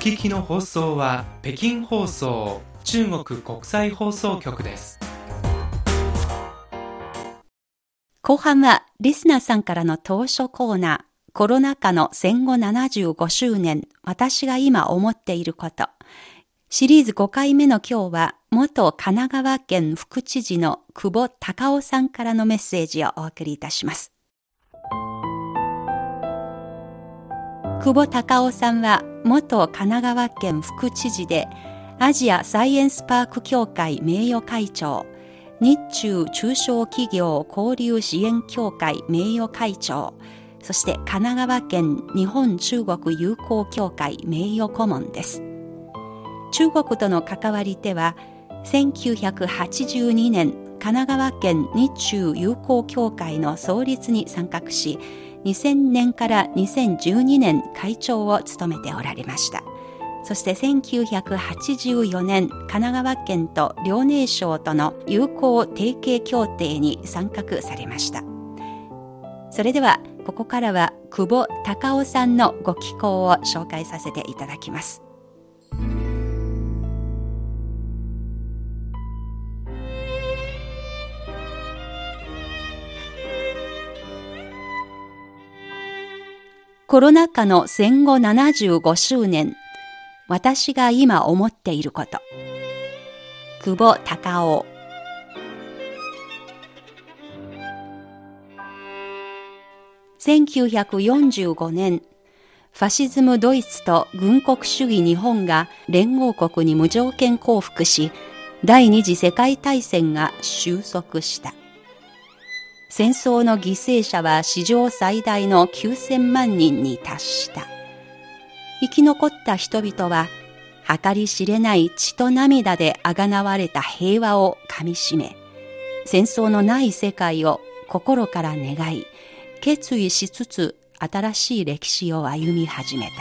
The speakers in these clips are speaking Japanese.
聞きの放送は北京放送中国国際放送局です。 後半はリスナーさんからの当初コーナー、コロナ禍の戦後75周年、私が今思っていること。シリーズ5回目の今日は、元神奈川県副知事の久保孝夫さんからのメッセージをお送りいたします。久保孝夫さんは元神奈川県副知事で、アジアサイエンスパーク協会名誉会長、日中中小企業交流支援協会名誉会長、そして神奈川県日本中国友好協会名誉顧問です。中国との関わり手は、1982年神奈川県日中友好協会の創立に参画し、2000年から2012年会長を務めておられました。そして1984年、神奈川県と遼寧省との友好提携協定に参画されました。それでは、ここからは久保孝夫さんのご寄稿を紹介させていただきます。コロナ禍の戦後75周年、私が今思っていること。久保孝夫。1945年、ファシズムドイツと軍国主義日本が連合国に無条件降伏し、第二次世界大戦が収束した。戦争の犠牲者は史上最大の9000万人に達した。生き残った人々は、計り知れない血と涙であがなわれた平和をかみしめ、戦争のない世界を心から願い、決意しつつ新しい歴史を歩み始めた。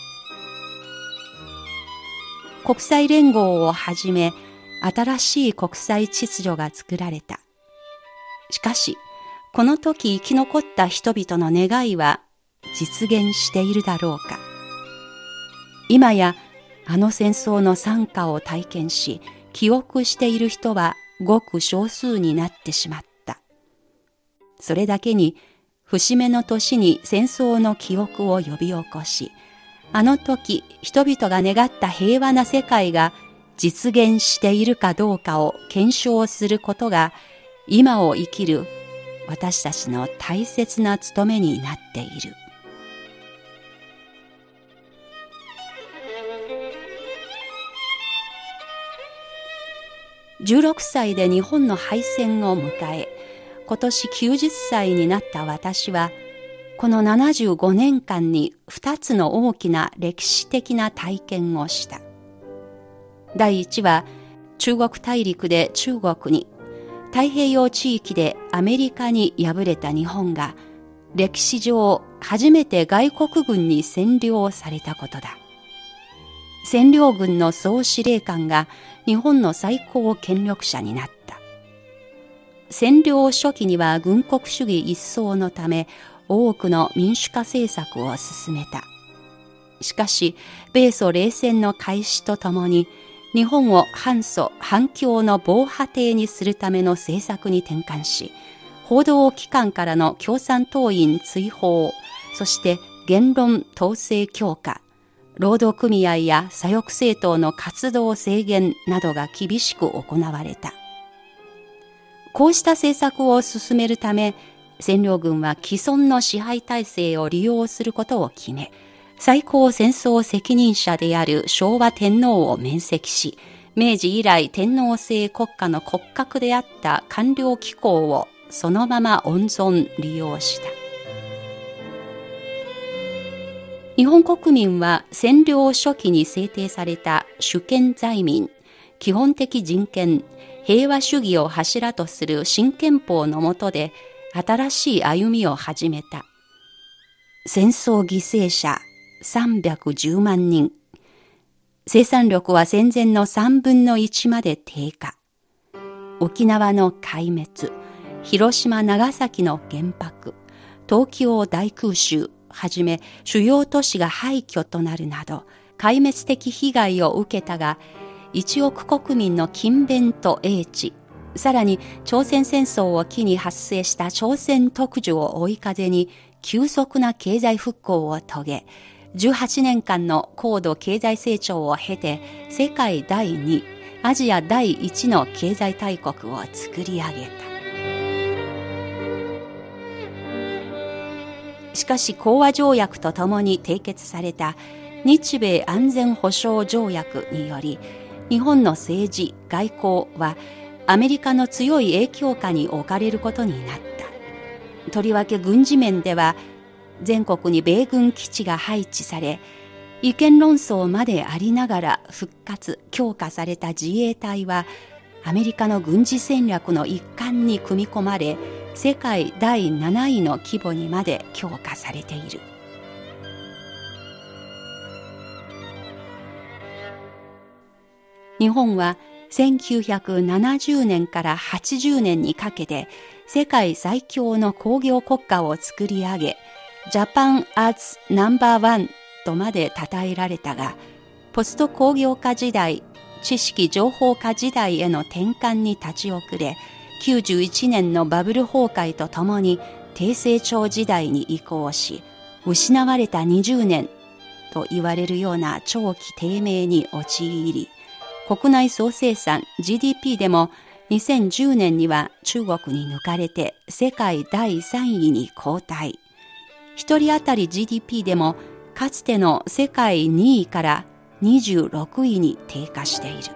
国際連合をはじめ、新しい国際秩序が作られた。しかし、この時生き残った人々の願いは実現しているだろうか。今やあの戦争の惨禍を体験し、記憶している人はごく少数になってしまった。それだけに、節目の年に戦争の記憶を呼び起こし、あの時人々が願った平和な世界が実現しているかどうかを検証することが、今を生きる私たちの大切な務めになっている。16歳で日本の敗戦を迎え、今年90歳になった私は、この75年間に2つの大きな歴史的な体験をした。第一は、中国大陸で中国に、太平洋地域でアメリカに敗れた日本が、歴史上初めて外国軍に占領されたことだ。占領軍の総司令官が日本の最高権力者になった。占領初期には軍国主義一掃のため多くの民主化政策を進めた。しかし、米ソ冷戦の開始とともに日本を反ソ・反共の防波堤にするための政策に転換し、報道機関からの共産党員追放、そして言論統制強化、労働組合や左翼政党の活動制限などが厳しく行われた。こうした政策を進めるため、占領軍は既存の支配体制を利用することを決め、最高戦争責任者である昭和天皇を免責し、明治以来天皇制国家の骨格であった官僚機構をそのまま温存利用した。日本国民は占領初期に制定された主権在民、基本的人権、平和主義を柱とする新憲法の下で新しい歩みを始めた。戦争犠牲者310万人。生産力は戦前の3分の1まで低下。沖縄の壊滅、広島・長崎の原爆、東京大空襲はじめ主要都市が廃墟となるなど、 壊滅的被害を受けたが、1億国民の勤勉と英知、さらに朝鮮戦争を機に発生した朝鮮特需を追い風に急速な経済復興を遂げ、18年間の高度経済成長を経て、世界第2、アジア第1の経済大国を作り上げた。しかし講和条約とともに締結された日米安全保障条約により、日本の政治・外交はアメリカの強い影響下に置かれることになった。とりわけ軍事面では、全国に米軍基地が配置され、意見論争までありながら復活・強化された自衛隊は、アメリカの軍事戦略の一環に組み込まれ、世界第7位の規模にまで強化されている。日本は1970年から80年にかけて世界最強の工業国家を作り上げ、Japan as No.1 とまで称えられたが、ポスト工業化時代、知識情報化時代への転換に立ち遅れ、91年のバブル崩壊とともに低成長時代に移行し、失われた20年と言われるような長期低迷に陥り、国内総生産 GDP でも2010年には中国に抜かれて世界第3位に後退。一人当たり GDP でもかつての世界2位から26位に低下している。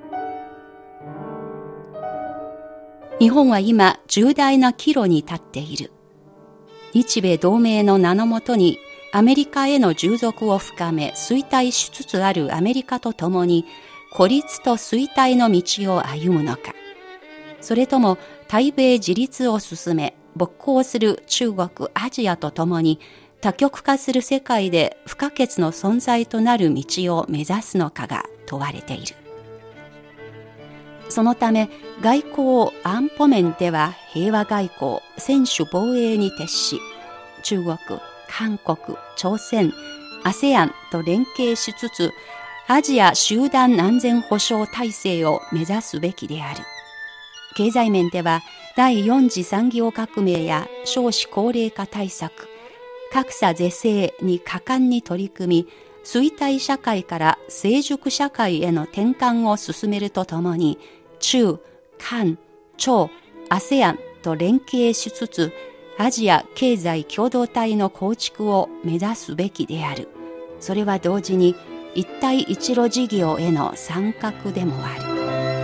日本は今重大な岐路に立っている。日米同盟の名のもとにアメリカへの従属を深め衰退しつつあるアメリカとともに孤立と衰退の道を歩むのか、それとも対米自立を進め勃興する中国、アジアとともに多極化する世界で不可欠の存在となる道を目指すのかが問われている。そのため外交安保面では平和外交、専守防衛に徹し、中国、韓国、朝鮮、ASEAN と連携しつつアジア集団安全保障体制を目指すべきである。経済面では第4次産業革命や少子高齢化対策、格差是正に果敢に取り組み、衰退社会から成熟社会への転換を進めるとともに、中、韓、朝、ASEAN と連携しつつ、アジア経済共同体の構築を目指すべきである。それは同時に一帯一路事業への参画でもある。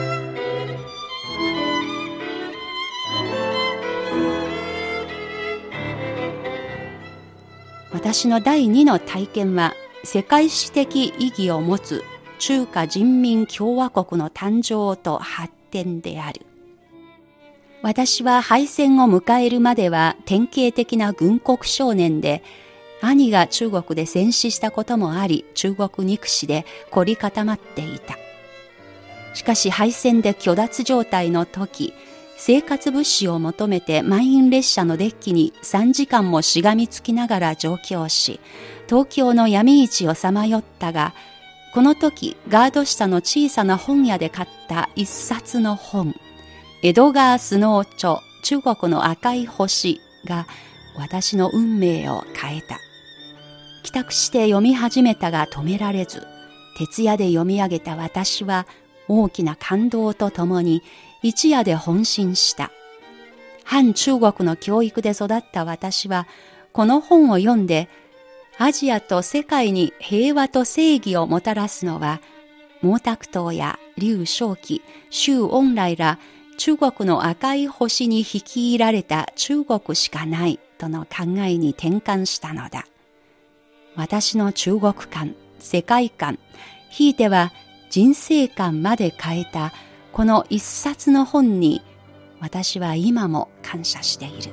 私の第2の体験は、世界史的意義を持つ中華人民共和国の誕生と発展である。私は敗戦を迎えるまでは典型的な軍国少年で、兄が中国で戦死したこともあり、中国憎しで凝り固まっていた。しかし敗戦で虚脱状態の時、生活物資を求めて満員列車のデッキに3時間もしがみつきながら上京し、東京の闇市をさまよったが、この時ガード下の小さな本屋で買った一冊の本、エドガー・スノー著中国の赤い星が私の運命を変えた。帰宅して読み始めたが止められず、徹夜で読み上げた私は大きな感動とともに一夜で本心した。反中国の教育で育った私は、この本を読んで、アジアと世界に平和と正義をもたらすのは、毛沢東や劉少奇、周恩来ら中国の赤い星に率いられた中国しかないとの考えに転換したのだ。私の中国観、世界観、ひいては人生観まで変えたこの一冊の本に、私は今も感謝している。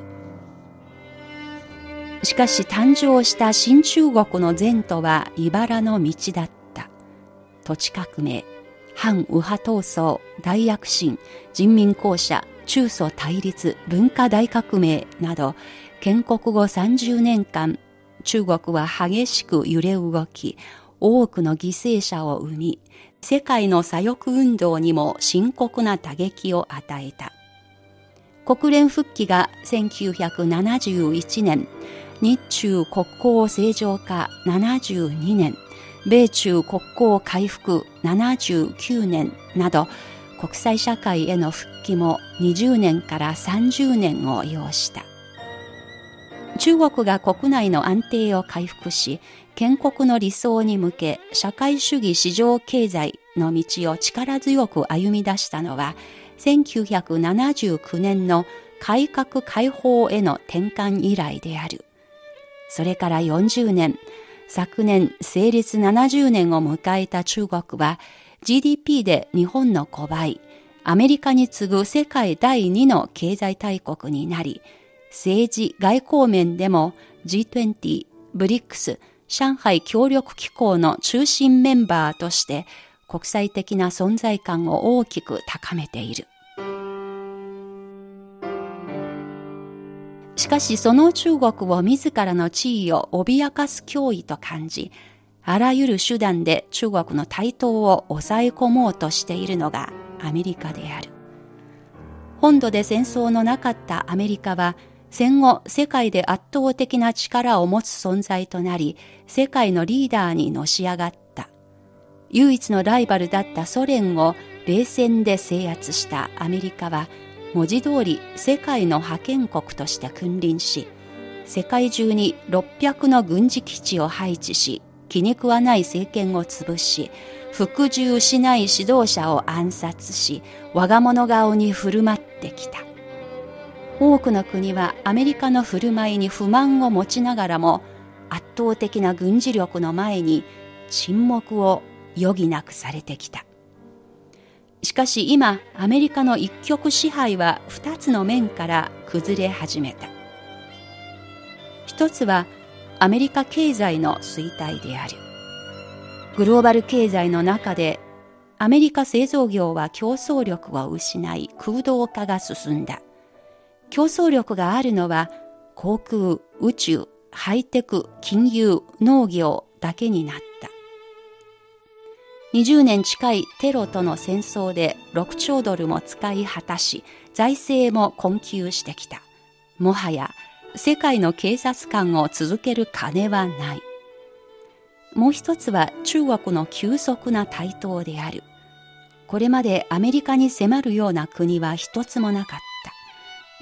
しかし誕生した新中国の前途は茨の道だった。土地革命、反右派闘争、大躍進、人民公社、中蘇対立、文化大革命など、建国後30年間、中国は激しく揺れ動き、 多くの犠牲者を生み、世界の左翼運動にも深刻な打撃を与えた。国連復帰が1971年、日中国交正常化72年、米中国交回復79年など、国際社会への復帰も20年から30年を要した。中国が国内の安定を回復し、建国の理想に向け、社会主義市場経済の道を力強く歩み出したのは、1979年の改革開放への転換以来である。それから40年、昨年成立70年を迎えた中国は、GDP で日本の5倍、アメリカに次ぐ世界第2の経済大国になり、政治・外交面でも G20、BRICS、上海協力機構の中心メンバーとして国際的な存在感を大きく高めている。しかしその中国を自らの地位を脅かす脅威と感じ、あらゆる手段で中国の台頭を抑え込もうとしているのがアメリカである。本土で戦争のなかったアメリカは、戦後世界で圧倒的な力を持つ存在となり、世界のリーダーにのし上がった。唯一のライバルだったソ連を冷戦で制圧したアメリカは、文字通り世界の覇権国として君臨し、世界中に600の軍事基地を配置し、気に食わない政権を潰し、服従しない指導者を暗殺し、我が物顔に振る舞ってきた。多くの国はアメリカの振る舞いに不満を持ちながらも、圧倒的な軍事力の前に沈黙を余儀なくされてきた。しかし今、アメリカの一極支配は2つの面から崩れ始めた。一つはアメリカ経済の衰退である。グローバル経済の中でアメリカ製造業は競争力を失い空洞化が進んだ。競争力があるのは航空、宇宙、ハイテク、金融、農業だけになった。20年近いテロとの戦争で6兆ドルも使い果たし、財政も困窮してきた。もはや世界の警察官を続ける金はない。もう一つは中国の急速な台頭である。これまでアメリカに迫るような国は一つもなかった。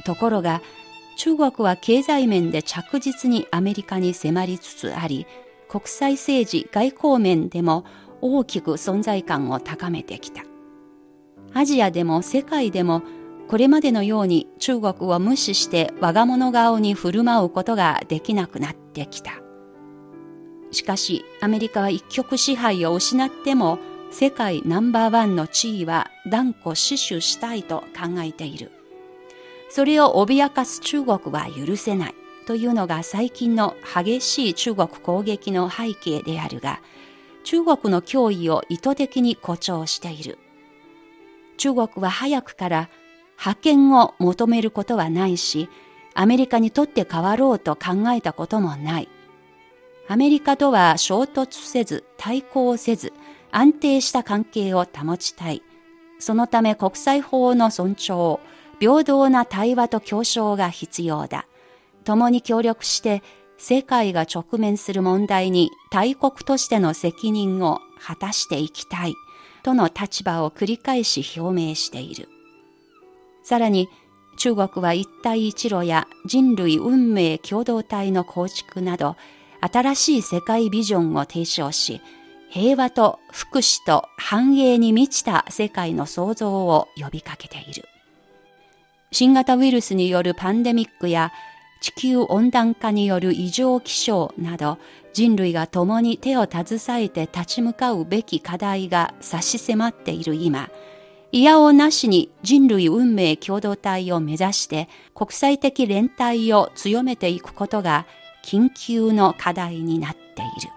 ところが中国は経済面で着実にアメリカに迫りつつあり、国際政治・外交面でも大きく存在感を高めてきた。アジアでも世界でもこれまでのように中国を無視して我が物顔に振る舞うことができなくなってきた。しかしアメリカは一極支配を失っても世界ナンバーワンの地位は断固死守したいと考えている。それを脅かす中国は許せないというのが最近の激しい中国攻撃の背景であるが、中国の脅威を意図的に誇張している。中国は早くから覇権を求めることはないし、アメリカにとって変わろうと考えたこともない。アメリカとは衝突せず、対抗せず、安定した関係を保ちたい。そのため国際法の尊重、平等な対話と協商が必要だ。共に協力して世界が直面する問題に大国としての責任を果たしていきたいとの立場を繰り返し表明している。さらに中国は一帯一路や人類運命共同体の構築など新しい世界ビジョンを提唱し、平和と福祉と繁栄に満ちた世界の創造を呼びかけている。新型ウイルスによるパンデミックや地球温暖化による異常気象など人類が共に手を携えて立ち向かうべき課題が差し迫っている今、いやおなしに人類運命共同体を目指して国際的連帯を強めていくことが緊急の課題になっている。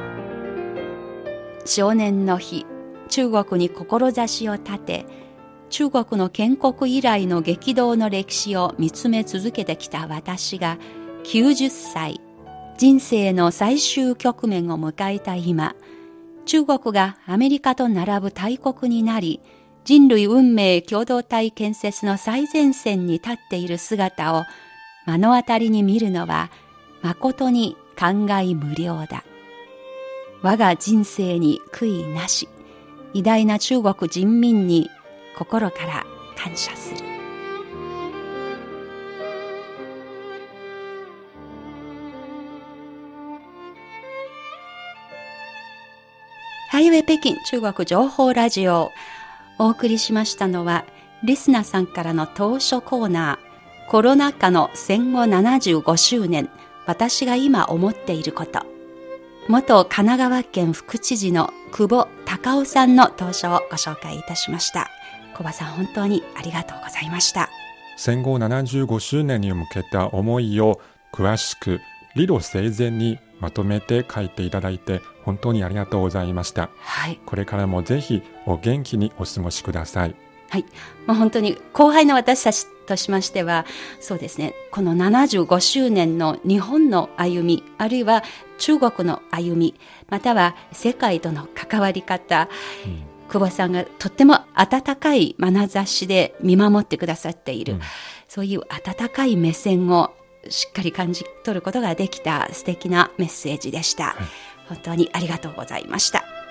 少年の日、中国に志を立て、 中国の建国以来の激動の歴史を見つめ続けてきた私が90歳、人生の最終局面を迎えた今、中国がアメリカと並ぶ大国になり、人類運命共同体建設の最前線に立っている姿を目の当たりに見るのは誠に感慨無量だ。我が人生に悔いなし、偉大な中国人民に心から感謝する。ハイウェイ北京中国情報ラジオ。お送りしましたのは、リスナーさんからの当初コーナー、コロナ禍の戦後75周年、私が今思っていること。元神奈川県副知事の久保孝夫さんの当初をご紹介いたしました。久保さん、本当にありがとうございました。 戦後75周年に向けた思いを詳しく理路整然にまとめて書いていただいて本当にありがとうございました。 はい。 これからもぜひお元気にお過ごしください。 はい。もう本当に後輩の私たちとしましては、そうですね、この75周年の日本の歩み、あるいは中国の歩み、または世界との関わり方、久保さんがとっても温かい眼差しで見守ってくださっている、そういう温かい目線をしっかり感じ取ることができた素敵なメッセージでした。本当にありがとうございました。